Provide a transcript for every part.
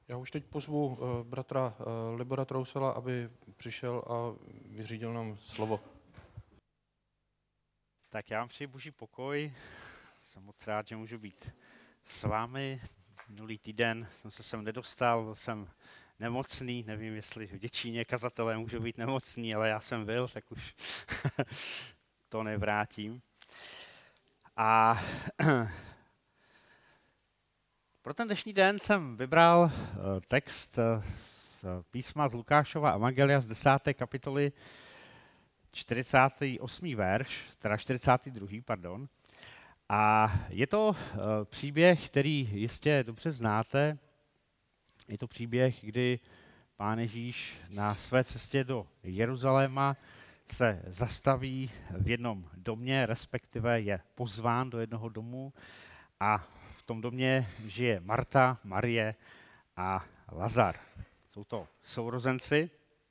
Já už teď pozvu bratra Libora Trousela, aby přišel a vyřídil nám slovo. Tak já vám přeji boží pokoj. Jsem moc rád, že můžu být s vámi. Minulý týden jsem se sem nedostal, byl jsem nemocný, nevím, jestli v Děčíně kazatelé můžou být nemocný, ale já jsem byl, tak už to nevrátím. A pro ten dnešní den jsem vybral text z písma z Lukášova evangelia z 10. kapitoly 48. verš, teda 42. pardon. A je to příběh, který jistě dobře znáte. Je to příběh, kdy Pán Ježíš na své cestě do Jeruzaléma se zastaví v jednom domě, respektive je pozván do jednoho domu a v tom domě žije Marta, Marie a Lazar. Jsou to sourozenci.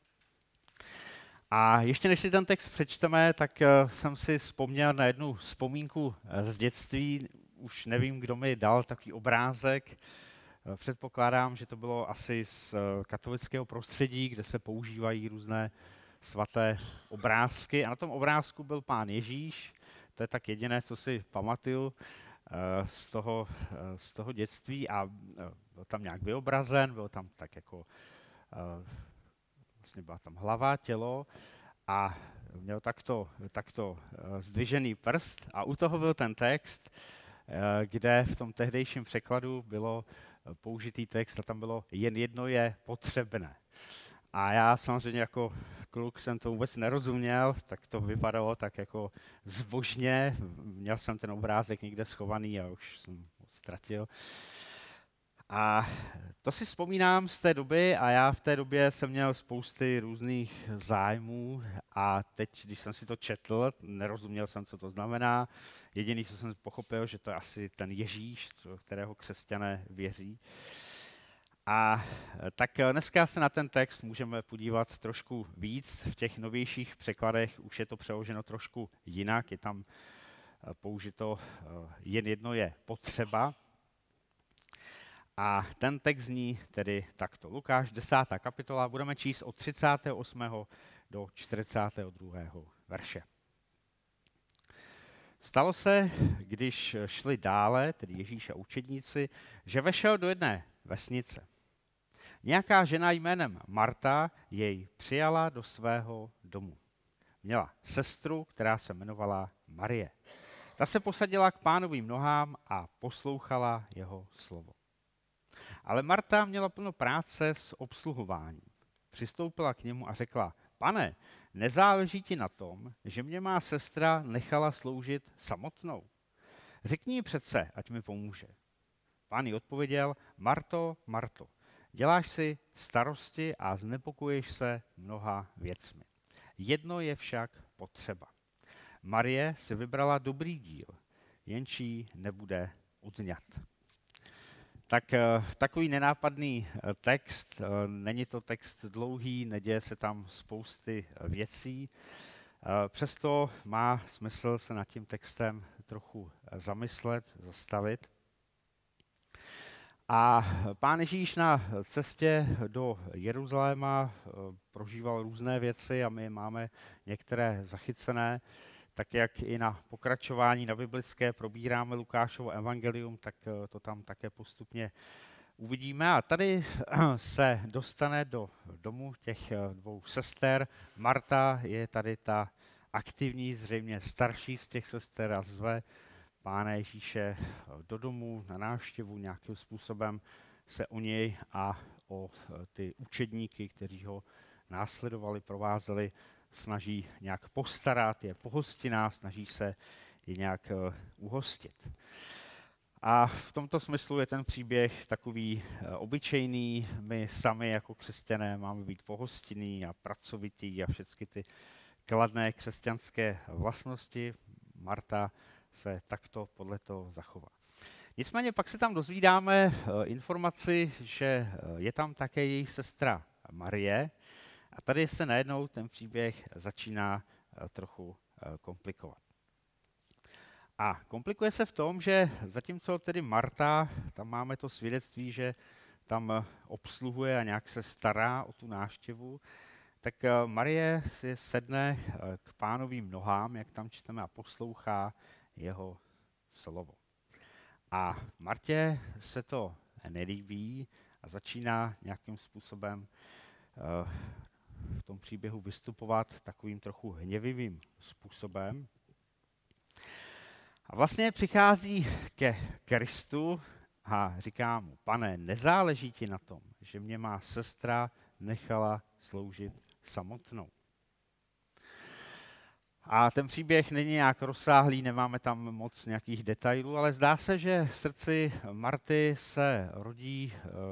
A ještě než si ten text přečteme, tak jsem si vzpomněl na jednu vzpomínku z dětství. Už nevím, kdo mi dal takový obrázek. Předpokládám, že to bylo asi z katolického prostředí, kde se používají různé svaté obrázky. A na tom obrázku byl Pán Ježíš. To je tak jediné, co si pamatuju z toho dětství. A byl tam nějak vyobrazen, byl tam tak jako vlastně byla tam hlava, tělo a měl takto zdvižený prst a u toho byl ten text, kde v tom tehdejším překladu bylo použitý text a tam bylo jen jedno je potřebné. A já samozřejmě jako kluk jsem to vůbec nerozuměl, tak to vypadalo tak jako zbožně. Měl jsem ten obrázek někde schovaný a už jsem ho ztratil. A to si vzpomínám z té doby a já v té době jsem měl spousty různých zájmů a teď, když jsem si to četl, nerozuměl jsem, co to znamená. Jediný, co jsem pochopil, že to je asi ten Ježíš, kterého křesťané věří. A tak dneska se na ten text můžeme podívat trošku víc. V těch novějších překladech už je to přeloženo trošku jinak, je tam použito jen jedno je potřeba. A ten text zní tedy takto. Lukáš, 10. kapitola, budeme číst od 38. do 42. verše. Stalo se, když šli dále, tedy Ježíš a učedníci, že vešel do jedné vesnice. Nějaká žena jménem Marta jej přijala do svého domu. Měla sestru, která se jmenovala Marie. Ta se posadila k Pánovým nohám a poslouchala jeho slovo. Ale Marta měla plno práce s obsluhováním. Přistoupila k němu a řekla, pane, nezáleží ti na tom, že mě má sestra nechala sloužit samotnou? Řekni jí přece, ať mi pomůže. Pán jí odpověděl, Marto, Marto, děláš si starosti a znepokojuješ se mnoha věcmi. Jedno je však potřeba. Marie si vybrala dobrý díl, jenž jí nebude odňat. Tak takový nenápadný text, není to text dlouhý, neděje se tam spousty věcí, přesto má smysl se nad tím textem trochu zamyslet, zastavit. A Pán Ježíš na cestě do Jeruzaléma prožíval různé věci a my máme některé zachycené. Tak jak i na pokračování na biblické probíráme Lukášovo evangelium, tak to tam také postupně uvidíme. A tady se dostane do domu těch dvou sester. Marta je tady ta aktivní, zřejmě starší z těch sester a zve Pána Ježíše do domu na návštěvu, nějakým způsobem se o něj a o ty učedníky, kteří ho následovali, provázeli, snaží nějak postarat, je pohostinná, snaží se je nějak uhostit. A v tomto smyslu je ten příběh takový obyčejný. My sami jako křesťané máme být pohostinní a pracovití a všechny ty kladné křesťanské vlastnosti. Marta se takto podle toho zachová. Nicméně pak se tam dozvídáme informaci, že je tam také její sestra Marie, a tady se najednou ten příběh začíná trochu komplikovat. A komplikuje se v tom, že zatímco tedy Marta, tam máme to svědectví, že tam obsluhuje a nějak se stará o tu návštěvu, tak Marie si sedne k Pánovým nohám, jak tam čteme, a poslouchá jeho slovo. A Martě se to nelíbí a začíná nějakým způsobem v tom příběhu vystupovat takovým trochu hněvivým způsobem. A vlastně přichází ke Kristu a říká mu: Pane, nezáleží ti na tom, že mě má sestra nechala sloužit samotnou. A ten příběh není nějak rozsáhlý, nemáme tam moc nějakých detailů, ale zdá se, že v srdci Marty se rodí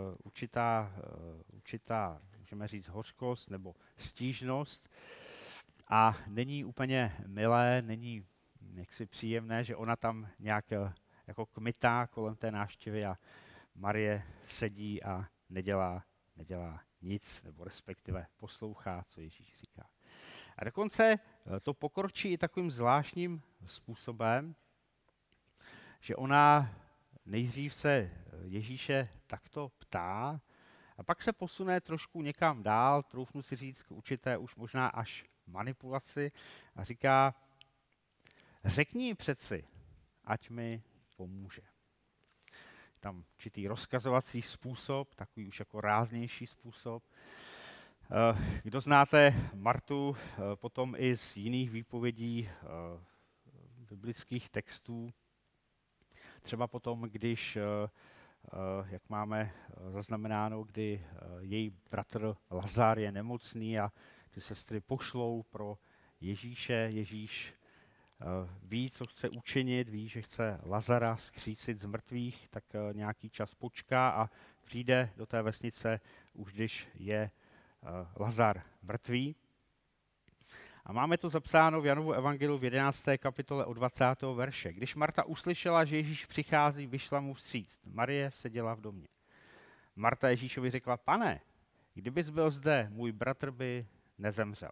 určitá, můžeme říct, hořkost nebo stížnost a není úplně milé, není jaksi příjemné, že ona tam nějak jako kmitá kolem té návštěvy a Marie sedí a nedělá nic, nebo respektive poslouchá, co Ježíš říká. A dokonce to pokročí i takovým zvláštním způsobem, že ona nejdřív se Ježíše takto ptá a pak se posune trošku někam dál, troufnu si říct k určité už možná až manipulaci a říká: řekni přeci, ať mi pomůže. Tam určitý rozkazovací způsob, takový už jako ráznější způsob. Kdo znáte Martu potom i z jiných výpovědí biblických textů, třeba potom, když, jak máme zaznamenáno, kdy její bratr Lazar je nemocný a ty sestry pošlou pro Ježíše. Ježíš ví, co chce učinit, ví, že chce Lazara vzkřísit z mrtvých, tak nějaký čas počká a přijde do té vesnice, už když je Lazar mrtvý. A máme to zapsáno v Janovu evangeliu v 11. kapitole od 20. verše. Když Marta uslyšela, že Ježíš přichází, vyšla mu vstříc. Marie seděla v domě. Marta Ježíšovi řekla: Pane, kdybys byl zde, můj bratr by nezemřel.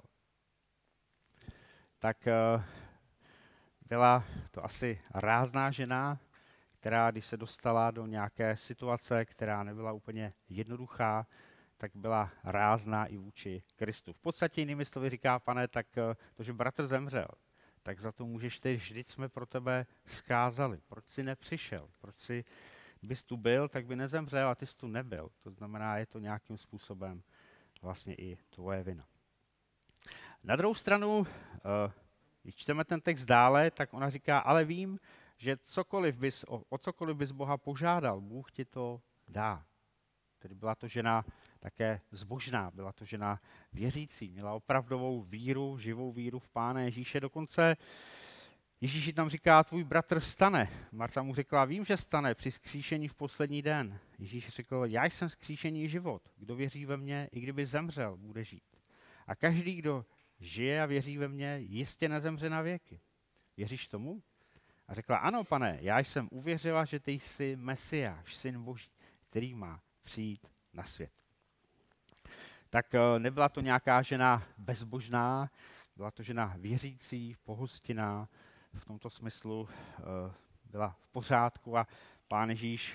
Tak byla to asi rázná žena, která, když se dostala do nějaké situace, která nebyla úplně jednoduchá, tak byla rázná i vůči Kristu. V podstatě jinými slovy říká: Pane, tak to, že bratr zemřel, tak za to můžeš ty, vždyť jsme pro tebe zkázali. Proč jsi nepřišel? Proč jsi, bys tu byl, tak by nezemřel a ty jsi tu nebyl. To znamená, je to nějakým způsobem vlastně i tvoje vina. Na druhou stranu, když čteme ten text dále, tak ona říká: ale vím, že o cokoliv bys Boha požádal, Bůh ti to dá. Tedy byla to žena také zbožná, byla to žena věřící, měla opravdovou víru, živou víru v Pána Ježíše. Dokonce Ježíši tam říká: tvůj bratr stane. Marta mu řekla: vím, že stane při vzkříšení v poslední den. Ježíš řekl: já jsem vzkříšení život. Kdo věří ve mě, i kdyby zemřel, bude žít. A každý, kdo žije a věří ve mě, jistě nezemře na věky. Věříš tomu? A řekla: ano, Pane, já jsem uvěřila, že ty jsi Mesiáš, syn Boží, který má přijít na svět. Tak nebyla to nějaká žena bezbožná, byla to žena věřící, pohostinná, v tomto smyslu byla v pořádku a Pán Ježíš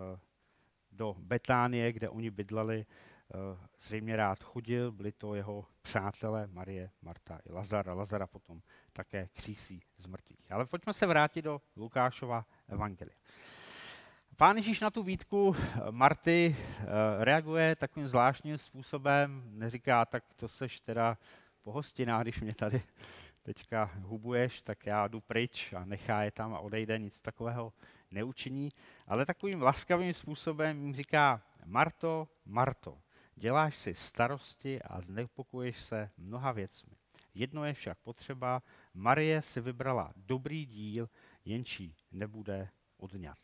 do Betánie, kde oni bydleli, zřejmě rád chodil, byli to jeho přátelé Marie, Marta i Lazar a Lazara potom také křísí z mrtvých. Ale pojďme se vrátit do Lukášova evangelia. Pán Ježíš na tu výtku Marty reaguje takovým zvláštním způsobem, neříká: tak to seš teda pohostinná, když mě tady teďka hubuješ, tak já jdu pryč a nechá je tam a odejde, nic takového neučiní, ale takovým laskavým způsobem jim říká: Marto, Marto, děláš si starosti a znepokojuješ se mnoha věcmi. Jedno je však potřeba, Marie si vybrala dobrý díl, jenž jí nebude odňat.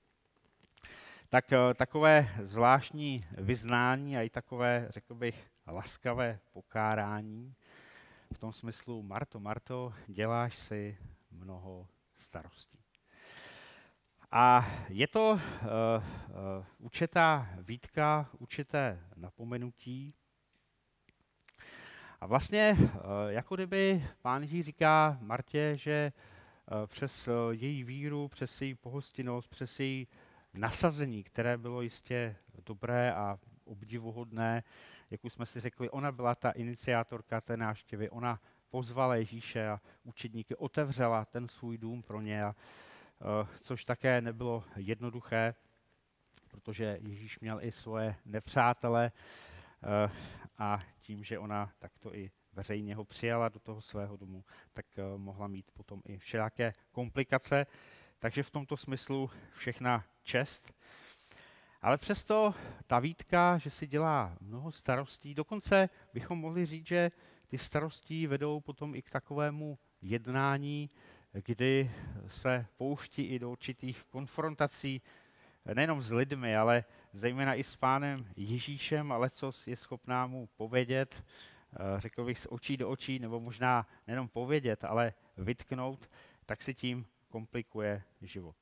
Tak takové zvláštní vyznání a i takové, řekl bych, laskavé pokárání v tom smyslu: Marto, Marto, děláš si mnoho starostí. A je to určitá výtka, určité napomenutí. A vlastně jako kdyby Pán Ježíš říká Martě, že přes její víru, přes její pohostinnost, přes její nasazení, které bylo jistě dobré a obdivuhodné. Jak už jsme si řekli, ona byla ta iniciátorka té návštěvy, ona pozvala Ježíše a učedníky, otevřela ten svůj dům pro ně, což také nebylo jednoduché, protože Ježíš měl i svoje nepřátele a tím, že ona takto i veřejně ho přijala do toho svého domu, tak mohla mít potom i všelijaké komplikace. Takže v tomto smyslu všechna čest. Ale přesto ta výtka, že si dělá mnoho starostí, dokonce bychom mohli říct, že ty starosti vedou potom i k takovému jednání, kdy se pouští i do určitých konfrontací nejenom s lidmi, ale zejména i s Pánem Ježíšem, ale co je schopná mu povědět, řekl bych z očí do očí, nebo možná nejenom povědět, ale vytknout, tak si tím komplikuje život.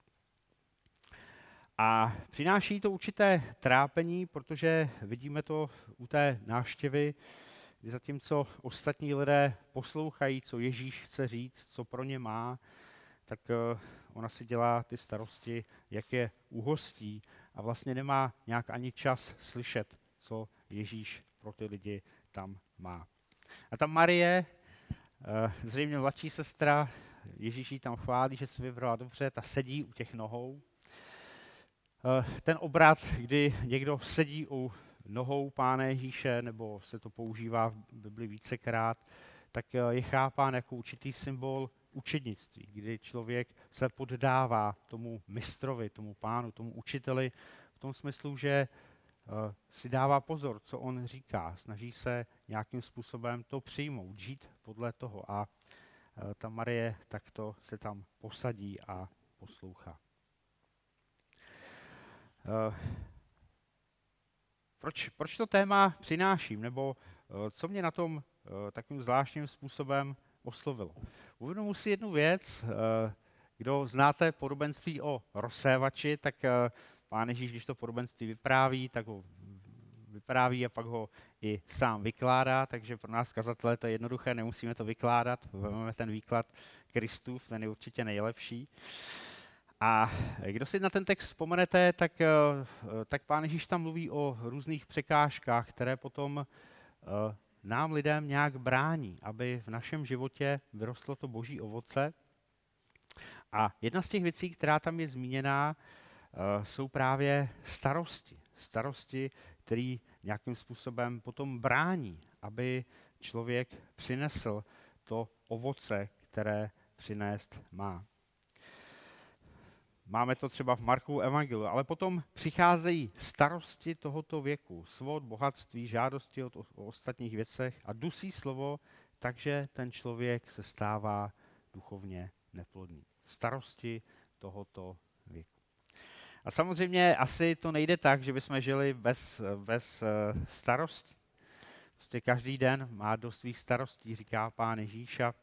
A přináší to určité trápení, protože vidíme to u té návštěvy, kdy zatímco ostatní lidé poslouchají, co Ježíš chce říct, co pro ně má, tak ona si dělá ty starosti, jak je uhostí a vlastně nemá nějak ani čas slyšet, co Ježíš pro ty lidi tam má. A ta Marie, zřejmě mladší sestra, Ježíš ji tam chválí, že se vybrala dobře, ta sedí u těch nohou. Ten obrat, kdy někdo sedí u nohou Pána Ježíše, nebo se to používá v Bibli vícekrát, tak je chápán jako určitý symbol učednictví, kdy člověk se poddává tomu mistrovi, tomu pánu, tomu učiteli, v tom smyslu, že si dává pozor, co on říká, snaží se nějakým způsobem to přijmout, žít podle toho. A ta Marie takto se tam posadí a poslouchá. Proč to téma přináším, nebo co mě na tom takovým zvláštním způsobem oslovilo? Uvědomuji si jednu věc, kdo znáte podobenství o rozsévači, tak Pán Ježíš, když to podobenství vypráví, tak ho vypráví a pak ho i sám vykládá, takže pro nás kazatele to je jednoduché, nemusíme to vykládat, vezmeme ten výklad Kristův, ten je určitě nejlepší. A kdo si na ten text vzpomenete, tak Pán Ježíš tam mluví o různých překážkách, které potom nám lidem nějak brání, aby v našem životě vyrostlo to boží ovoce. A jedna z těch věcí, která tam je zmíněná, jsou právě starosti. Starosti, které nějakým způsobem potom brání, aby člověk přinesl to ovoce, které přinést má. Máme to třeba v Markovu evangeliu, ale potom přicházejí starosti tohoto věku, svod, bohatství, žádosti o ostatních věcech a dusí slovo, takže ten člověk se stává duchovně neplodný. Starosti tohoto věku. A samozřejmě asi to nejde tak, že bychom žili bez starostí. Prostě každý den má do svých starostí, říká Pán Ježíš, a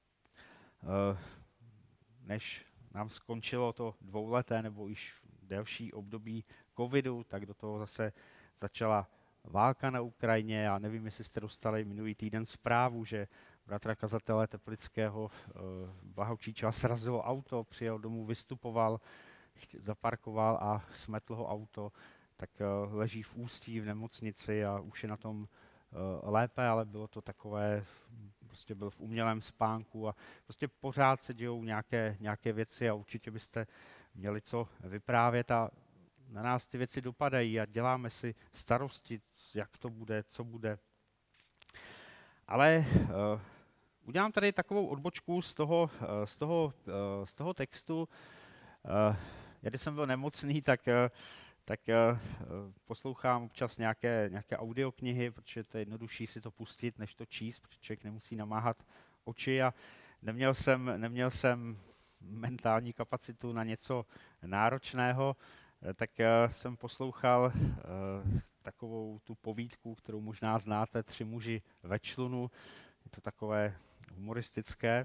než nám skončilo to dvouleté nebo již delší období covidu, tak do toho zase začala válka na Ukrajině. Já nevím, jestli jste dostali minulý týden zprávu, že bratra kazatele Teplického Blahočíča srazilo auto, přijel domů, vystupoval, zaparkoval a smetl ho auto, tak leží v Ústí v nemocnici a už je na tom lépe, ale bylo to takové, prostě byl v umělém spánku a prostě pořád se dějou nějaké věci a určitě byste měli co vyprávět a na nás ty věci dopadají a děláme si starosti, jak to bude, co bude. Ale udělám tady takovou odbočku z toho textu. Já když jsem byl nemocný, tak poslouchám občas nějaké audioknihy, protože to je jednodušší si to pustit, než to číst, protože člověk nemusí namáhat oči a neměl jsem mentální kapacitu na něco náročného, tak jsem poslouchal takovou tu povídku, kterou možná znáte, 3 muži ve člunu, je to takové humoristické.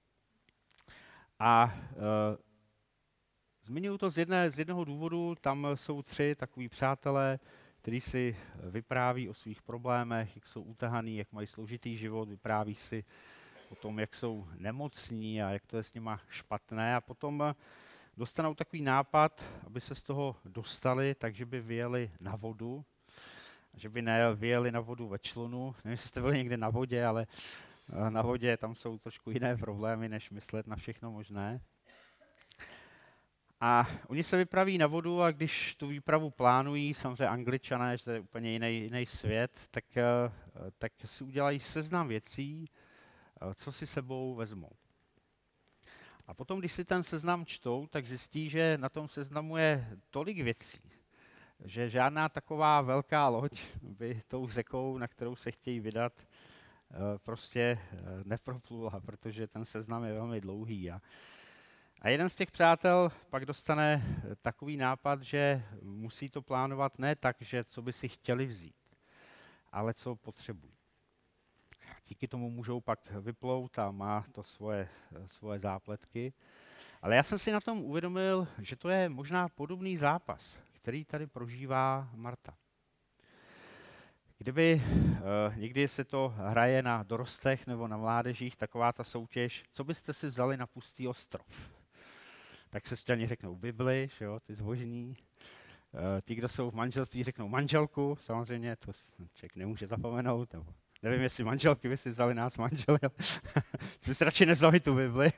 A zmiňuji to z jednoho důvodu, tam jsou 3 takoví přátelé, kteří si vypráví o svých problémech, jak jsou utahaný, jak mají složitý život, vypráví si o tom, jak jsou nemocní a jak to je s nima špatné. A potom dostanou takový nápad, aby se z toho dostali, takže by vyjeli na vodu, že by vyjeli na vodu ve člunu. Nevím, jestli jste byli někde na vodě, ale na vodě tam jsou trošku jiné problémy, než myslet na všechno možné. A oni se vypraví na vodu a když tu výpravu plánují, samozřejmě Angličané, že to je úplně jiný svět, tak si udělají seznam věcí, co si sebou vezmou. A potom, když si ten seznam čtou, tak zjistí, že na tom seznamu je tolik věcí, že žádná taková velká loď by tou řekou, na kterou se chtějí vydat, prostě neproplula, protože ten seznam je velmi dlouhý. A jeden z těch přátel pak dostane takový nápad, že musí to plánovat ne tak, že co by si chtěli vzít, ale co potřebují. Díky tomu můžou pak vyplout a má to svoje zápletky. Ale já jsem si na tom uvědomil, že to je možná podobný zápas, který tady prožívá Marta. Kdyby někdy se to hraje na dorostech nebo na mládežích, taková ta soutěž, co byste si vzali na pustý ostrov? Tak křesťani řeknou Bibli, že jo, ty zbožní. Ti, kdo jsou v manželství, řeknou manželku, samozřejmě, to člověk nemůže zapomenout. Nebo nevím, jestli manželky by si vzali nás manželi, ale jsme si radši nevzali tu Bibli.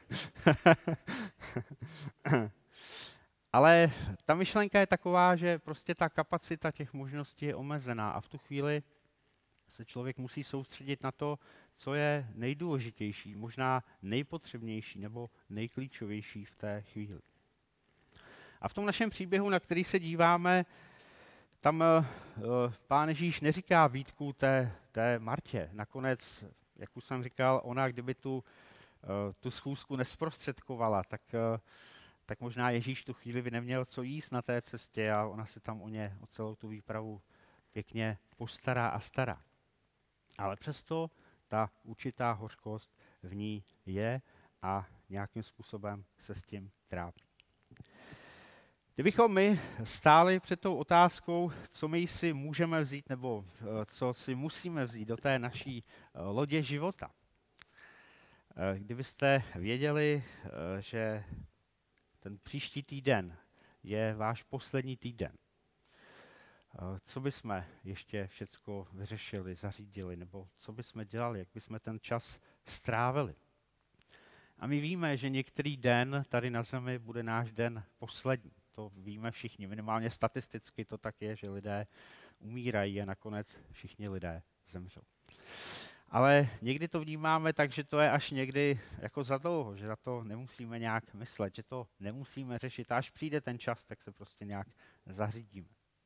Ale ta myšlenka je taková, že prostě ta kapacita těch možností je omezená a v tu chvíli se člověk musí soustředit na to, co je nejdůležitější, možná nejpotřebnější nebo nejklíčovější v té chvíli. A v tom našem příběhu, na který se díváme, tam Pán Ježíš neříká výtku té Martě. Nakonec, jak už jsem říkal, ona kdyby tu schůzku nesprostředkovala, tak možná Ježíš tu chvíli by neměl co jíst na té cestě a ona se tam o celou tu výpravu pěkně postará a stará. Ale přesto ta určitá hořkost v ní je a nějakým způsobem se s tím trápí. Kdybychom my stáli před tou otázkou, co my si můžeme vzít nebo co si musíme vzít do té naší lodě života. Kdybyste věděli, že ten příští týden je váš poslední týden, co bychom ještě všecko vyřešili, zařídili, nebo co bychom dělali, jak bychom ten čas strávili. A my víme, že některý den tady na zemi bude náš den poslední. To víme všichni, minimálně statisticky to tak je, že lidé umírají a nakonec všichni lidé zemřou. Ale někdy to vnímáme tak, že to je až někdy jako za dlouho, že za to nemusíme nějak myslet, že to nemusíme řešit. A až přijde ten čas, tak se prostě nějak zařídíme.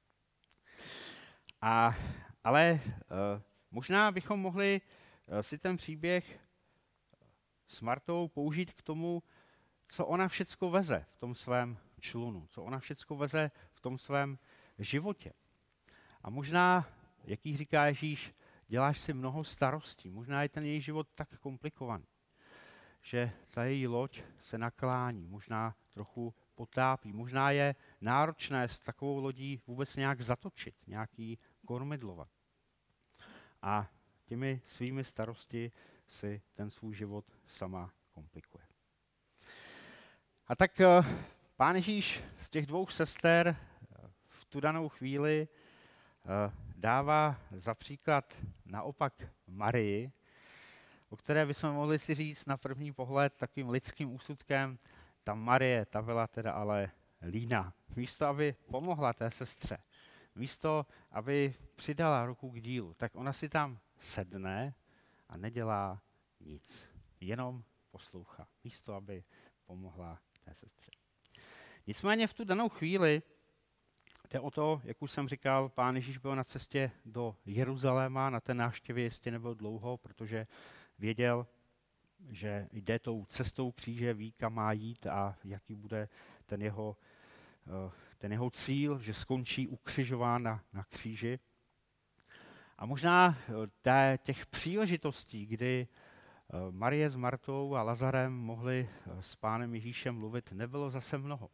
Ale možná bychom mohli si ten příběh s Martou použít k tomu, co ona všecko veze v tom svém člunu, co ona všecko veze v tom svém životě. A možná, jak jí říká Ježíš, děláš si mnoho starostí. Možná je ten její život tak komplikovaný, že ta její loď se naklání, možná trochu potápí. Možná je náročné s takovou lodí vůbec nějak zatočit, nějaký kormidlovat. A těmi svými starosti si ten svůj život sama komplikuje. A tak Pán Ježíš z těch dvou sester v tu danou chvíli dává za příklad naopak Marii, o které bychom mohli si říct na první pohled takovým lidským úsudkem, ta Marie, ta byla teda ale líná. Místo, aby pomohla té sestře, místo, aby přidala ruku k dílu, tak ona si tam sedne a nedělá nic. Jenom poslouchá, místo, aby pomohla té sestře. Nicméně v tu danou chvíli jde o to, jak už jsem říkal, Pán Ježíš byl na cestě do Jeruzaléma, na té návštěvě jistě nebyl dlouho, protože věděl, že jde tou cestou kříže, ví, kam má jít a jaký bude ten jeho cíl, že skončí ukřižován na kříži. A možná těch příležitostí, kdy Marie s Martou a Lazarem mohli s Pánem Ježíšem mluvit, nebylo zase mnoho.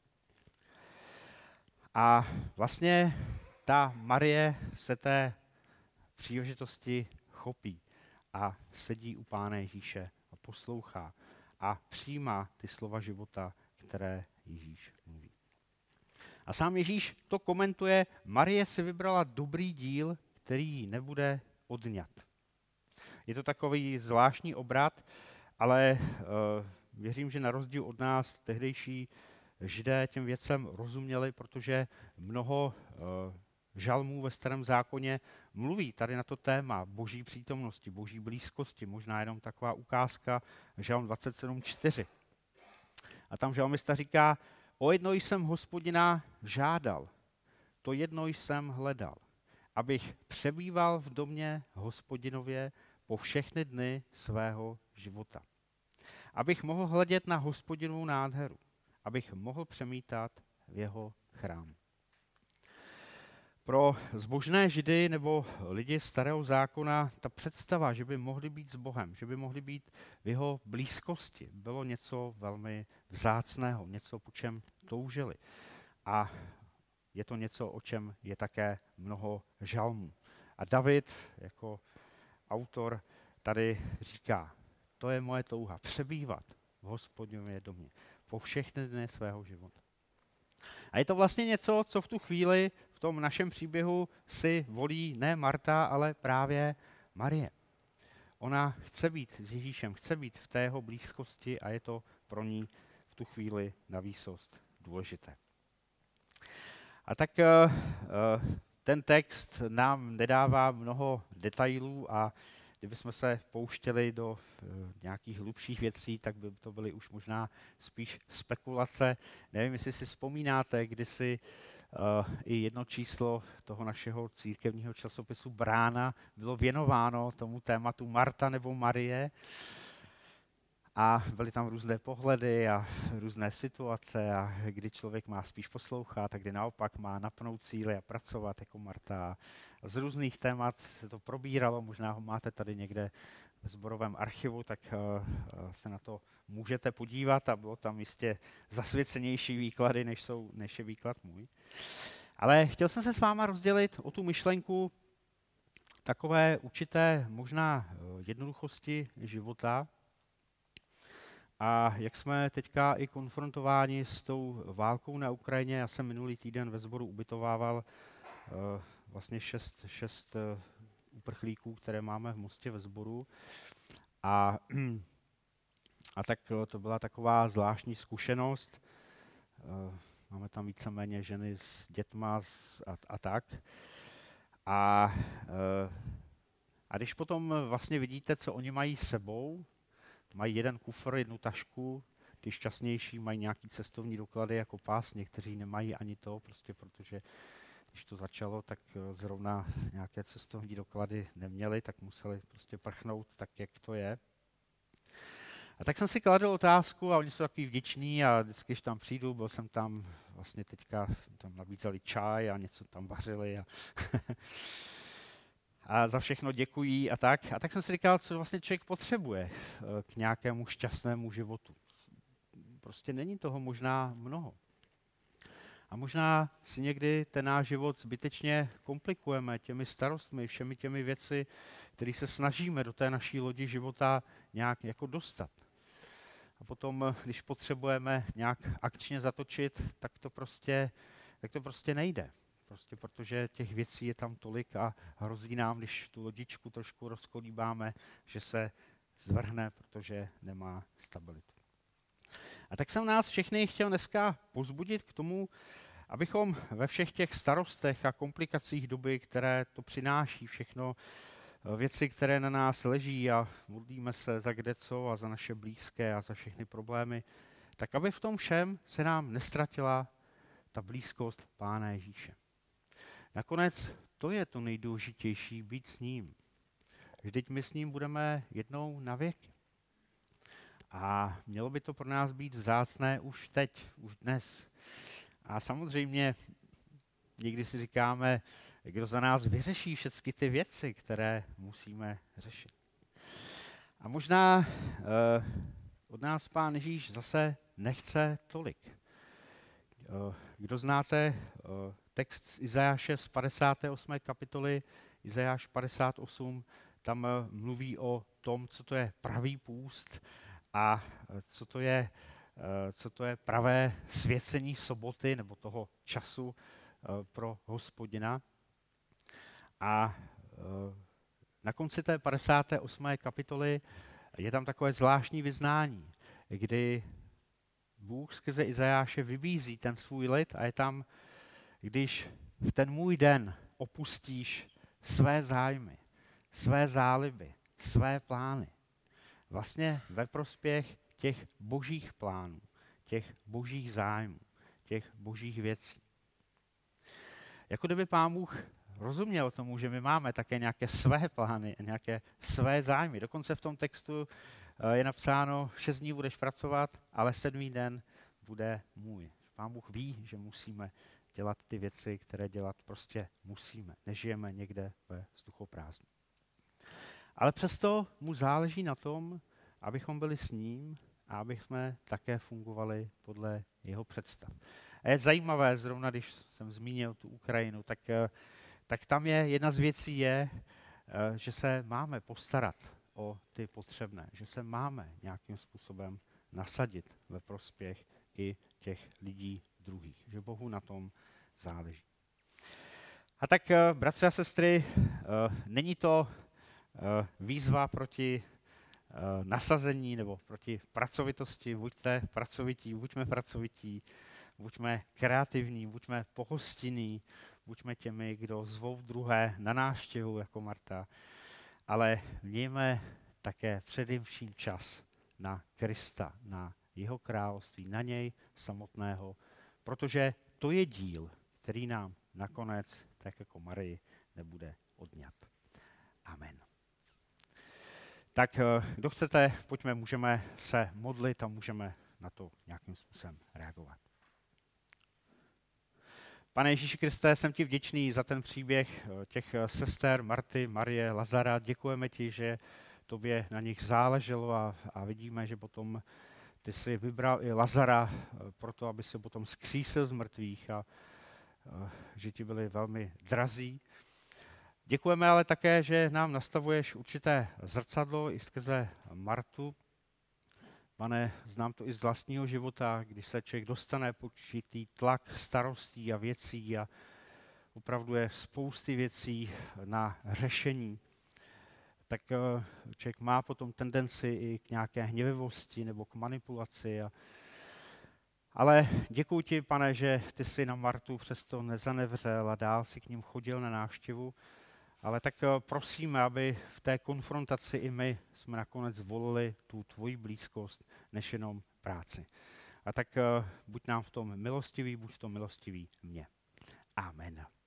A vlastně ta Marie se té příležitosti chopí a sedí u Pána Ježíše a poslouchá a přijímá ty slova života, které Ježíš mluví. A sám Ježíš to komentuje, Marie si vybrala dobrý díl, který jí nebude odňat. Je to takový zvláštní obrat, ale věřím, že na rozdíl od nás tehdejší Židé těm věcem rozuměli, protože mnoho žalmů ve Starém zákoně mluví tady na to téma boží přítomnosti, boží blízkosti, možná jenom taková ukázka, žalm 27:4. A tam žalmista říká, o jedno jsem Hospodina žádal, to jedno jsem hledal, abych přebýval v domě Hospodinově po všechny dny svého života. Abych mohl hledět na Hospodinovou nádheru, abych mohl přemítat v jeho chrámu. Pro zbožné Židy nebo lidi starého zákona ta představa, že by mohli být s Bohem, že by mohli být v jeho blízkosti, bylo něco velmi vzácného, něco, po čem toužili. A je to něco, o čem je také mnoho žalmů. A David jako autor tady říká, to je moje touha, přebývat v Hospodinově domě po všechny dny svého života. A je to vlastně něco, co v tu chvíli v tom našem příběhu si volí ne Marta, ale právě Marie. Ona chce být s Ježíšem, chce být v té jeho blízkosti a je to pro ní v tu chvíli na výsost důležité. A tak ten text nám nedává mnoho detailů a kdybychom se pouštěli do nějakých hlubších věcí, tak by to byly už možná spíš spekulace. Nevím, jestli si vzpomínáte, kdysi i jedno číslo toho našeho církevního časopisu Brána bylo věnováno tomu tématu Marta nebo Marie. A byly tam různé pohledy a různé situace, a kdy člověk má spíš poslouchat, a kdy naopak má napnout cíle a pracovat jako Marta. A z různých témat se to probíralo, možná ho máte tady někde v sborovém archivu, tak se na to můžete podívat a bylo tam jistě zasvěcenější výklady, než je výklad můj. Ale chtěl jsem se s váma rozdělit o tu myšlenku takové určité možná jednoduchosti života. A jak jsme teďka i konfrontováni s tou válkou na Ukrajině, já jsem minulý týden ve sboru ubytovával vlastně šest uprchlíků, které máme v Mostě ve sboru. A tak to byla taková zvláštní zkušenost. Máme tam víceméně ženy s dětma a tak. A když potom vlastně vidíte, co oni mají s sebou, mají jeden kufr, jednu tašku, ty šťastnější mají nějaký cestovní doklady jako pás, někteří nemají ani to, prostě protože když to začalo, tak zrovna nějaké cestovní doklady neměli, tak museli prostě prchnout tak, jak to je. A tak jsem si kladl otázku a oni jsou takový vděční a vždycky, když tam přijdu, byl jsem tam vlastně teďka, tam nabízeli čaj a něco tam vařili a za všechno děkují a tak. A tak jsem si říkal, co vlastně člověk potřebuje k nějakému šťastnému životu. Prostě není toho možná mnoho. A možná si někdy ten náš život zbytečně komplikujeme těmi starostmi, všemi těmi věci, které se snažíme do té naší lodi života nějak jako dostat. A potom, když potřebujeme nějak akčně zatočit, tak to prostě nejde. Prostě protože těch věcí je tam tolik a hrozí nám, když tu lodičku trošku rozkolíbáme, že se zvrhne, protože nemá stabilitu. A tak jsem nás všechny chtěl dneska povzbudit k tomu, abychom ve všech těch starostech a komplikacích doby, které to přináší, všechno věci, které na nás leží a modlíme se za kdeco a za naše blízké a za všechny problémy, tak aby v tom všem se nám nestratila ta blízkost Pána Ježíše. Nakonec to je to nejdůležitější, být s ním. Vždyť my s ním budeme jednou na věky. A mělo by to pro nás být vzácné už teď, už dnes. A samozřejmě někdy si říkáme, kdo za nás vyřeší všechny ty věci, které musíme řešit. A možná od nás Pán Ježíš zase nechce tolik. Kdo znáte text z Izajáše z 58. kapitoly, Izajáš 58, tam mluví o tom, co to je pravý půst a co to je co to je pravé svěcení soboty nebo toho času pro Hospodina. A na konci té 58. kapitoly je tam takové zvláštní vyznání, kdy Bůh skrze Izajáše vybízí ten svůj lid a je tam, když v ten můj den opustíš své zájmy, své záliby, své plány. Vlastně ve prospěch těch božích plánů, těch božích zájmů, těch božích věcí. Jako kdyby Pán Bůh rozuměl tomu, že my máme také nějaké své plány, nějaké své zájmy. Dokonce v tom textu je napsáno, 6 dní budeš pracovat, ale 7. den bude můj. Pán Bůh ví, že musíme dělat ty věci, které dělat prostě musíme. Nežijeme někde ve vzduchoprázdnu. Ale přesto mu záleží na tom, abychom byli s ním a abychom také fungovali podle jeho představ. A je zajímavé, zrovna když jsem zmínil tu Ukrajinu, tak tam je jedna z věcí že se máme postarat o ty potřebné, že se máme nějakým způsobem nasadit ve prospěch i těch lidí druhých, že Bohu na tom záleží. A tak, bratři a sestry, není to výzva proti nasazení nebo proti pracovitosti. Buďte pracovití, buďme pracovití, buďme kreativní, buďme pohostinní, buďme těmi, kdo zvou druhé na návštěvu jako Marta, ale mějme také především čas na Krista, na jeho království, na něj samotného, protože to je díl, který nám nakonec, tak jako Marii, nebude odňat. Amen. Tak kdo chcete, pojďme, můžeme se modlit a můžeme na to nějakým způsobem reagovat. Pane Ježíši Kriste, jsem ti vděčný za ten příběh těch sester Marty, Marie, Lazara. Děkujeme ti, že tobě na nich záleželo a vidíme, že potom ty jsi vybral i Lazara proto, aby se potom vzkřísil z mrtvých a že ti byli velmi drazí. Děkujeme ale také, že nám nastavuješ určité zrcadlo i skrze Martu. Pane, znám to i z vlastního života, když se člověk dostane pod určitý tlak starostí a věcí a opravdu je spousty věcí na řešení, tak člověk má potom tendenci i k nějaké hněvivosti nebo k manipulaci. Ale děkuji ti, Pane, že ty jsi na Martu přesto nezanevřel a dál si k ním chodil na návštěvu. Ale tak prosíme, aby v té konfrontaci i my jsme nakonec volili tu tvoji blízkost, než jenom práci. A tak buď nám v tom milostivý, buď v tom milostivý mě. Amen.